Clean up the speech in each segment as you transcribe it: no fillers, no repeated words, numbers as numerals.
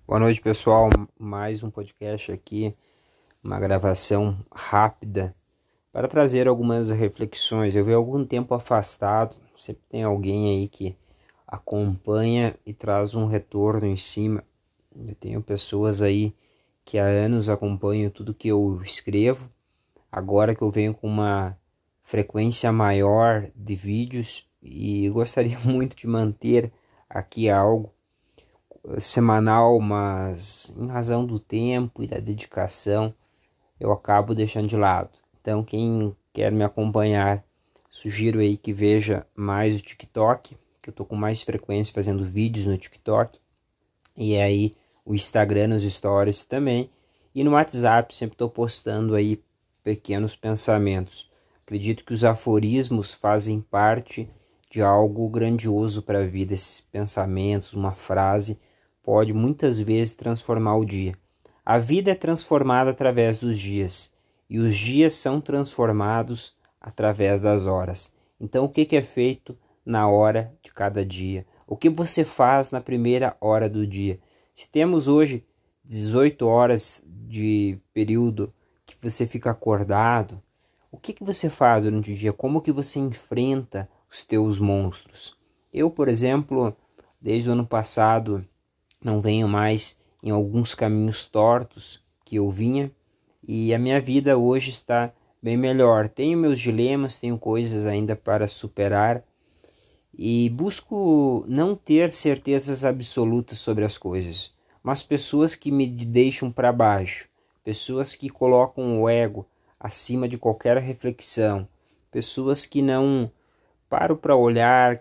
Boa noite, pessoal. Mais um podcast aqui, uma gravação rápida para trazer algumas reflexões. Eu venho algum tempo afastado, sempre tem alguém aí que acompanha e traz um retorno em cima. Eu tenho pessoas aí que há anos acompanham tudo que eu escrevo. Agora que eu venho com uma frequência maior de vídeos e gostaria muito de manter aqui algo semanal, mas em razão do tempo e da dedicação, eu acabo deixando de lado. Então, quem quer me acompanhar, sugiro aí que veja mais o TikTok, que eu tô com mais frequência fazendo vídeos no TikTok, e aí o Instagram nos stories também, e no WhatsApp sempre estou postando aí pequenos pensamentos. Acredito que os aforismos fazem parte de algo grandioso para a vida. Esses pensamentos, uma frase, pode muitas vezes transformar o dia. A vida é transformada através dos dias, e os dias são transformados através das horas. Então, o que é feito na hora de cada dia? O que você faz na primeira hora do dia? Se temos hoje 18 horas de período que você fica acordado, o que você faz durante o dia? Como que você enfrenta os teus monstros? Eu, por exemplo, desde o ano passado, não venho mais em alguns caminhos tortos que eu vinha, e a minha vida hoje está bem melhor. Tenho meus dilemas, tenho coisas ainda para superar e busco não ter certezas absolutas sobre as coisas, mas pessoas que me deixam para baixo, pessoas que colocam o ego acima de qualquer reflexão, pessoas que não param para olhar,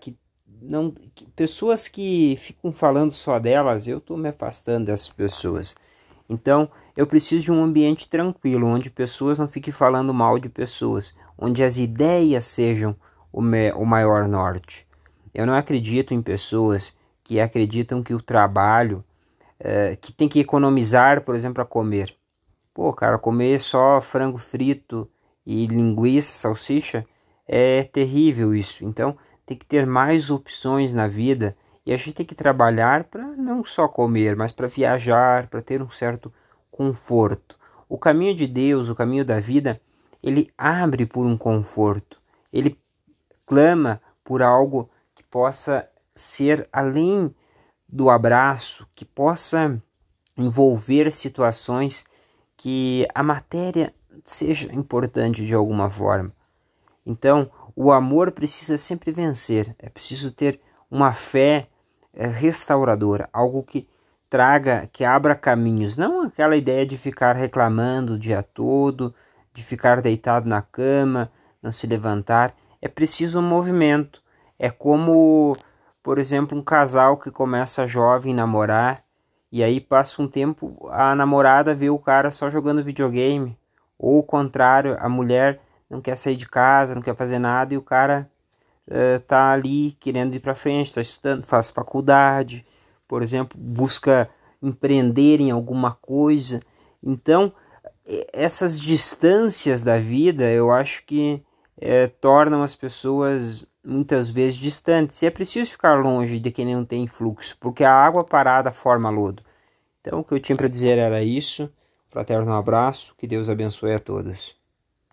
pessoas que ficam falando só delas. Eu estou me afastando dessas pessoas. Então, eu preciso de um ambiente tranquilo, onde pessoas não fiquem falando mal de pessoas, onde as ideias sejam o maior norte. Eu não acredito em pessoas que acreditam que o trabalho, que tem que economizar, por exemplo, a comer. Pô, cara, comer só frango frito e linguiça, salsicha, é terrível isso. Então, tem que ter mais opções na vida e a gente tem que trabalhar para não só comer, mas para viajar, para ter um certo conforto. O caminho de Deus, o caminho da vida, ele abre por um conforto. Ele clama por algo que possa ser além do abraço, que possa envolver situações que a matéria seja importante de alguma forma. Então, o amor precisa sempre vencer. É preciso ter uma fé restauradora, algo que traga, que abra caminhos, não aquela ideia de ficar reclamando o dia todo, de ficar deitado na cama, não se levantar. É preciso um movimento. É como, por exemplo, um casal que começa jovem a namorar e aí passa um tempo, a namorada vê o cara só jogando videogame, ou o contrário, a mulher não quer sair de casa, não quer fazer nada e o cara tá ali querendo ir para frente, está estudando, faz faculdade, por exemplo, busca empreender em alguma coisa. Então, essas distâncias da vida, eu acho que tornam as pessoas muitas vezes distantes. E é preciso ficar longe de quem não tem fluxo, porque a água parada forma lodo. Então, o que eu tinha para dizer era isso. Fraterno abraço, que Deus abençoe a todos.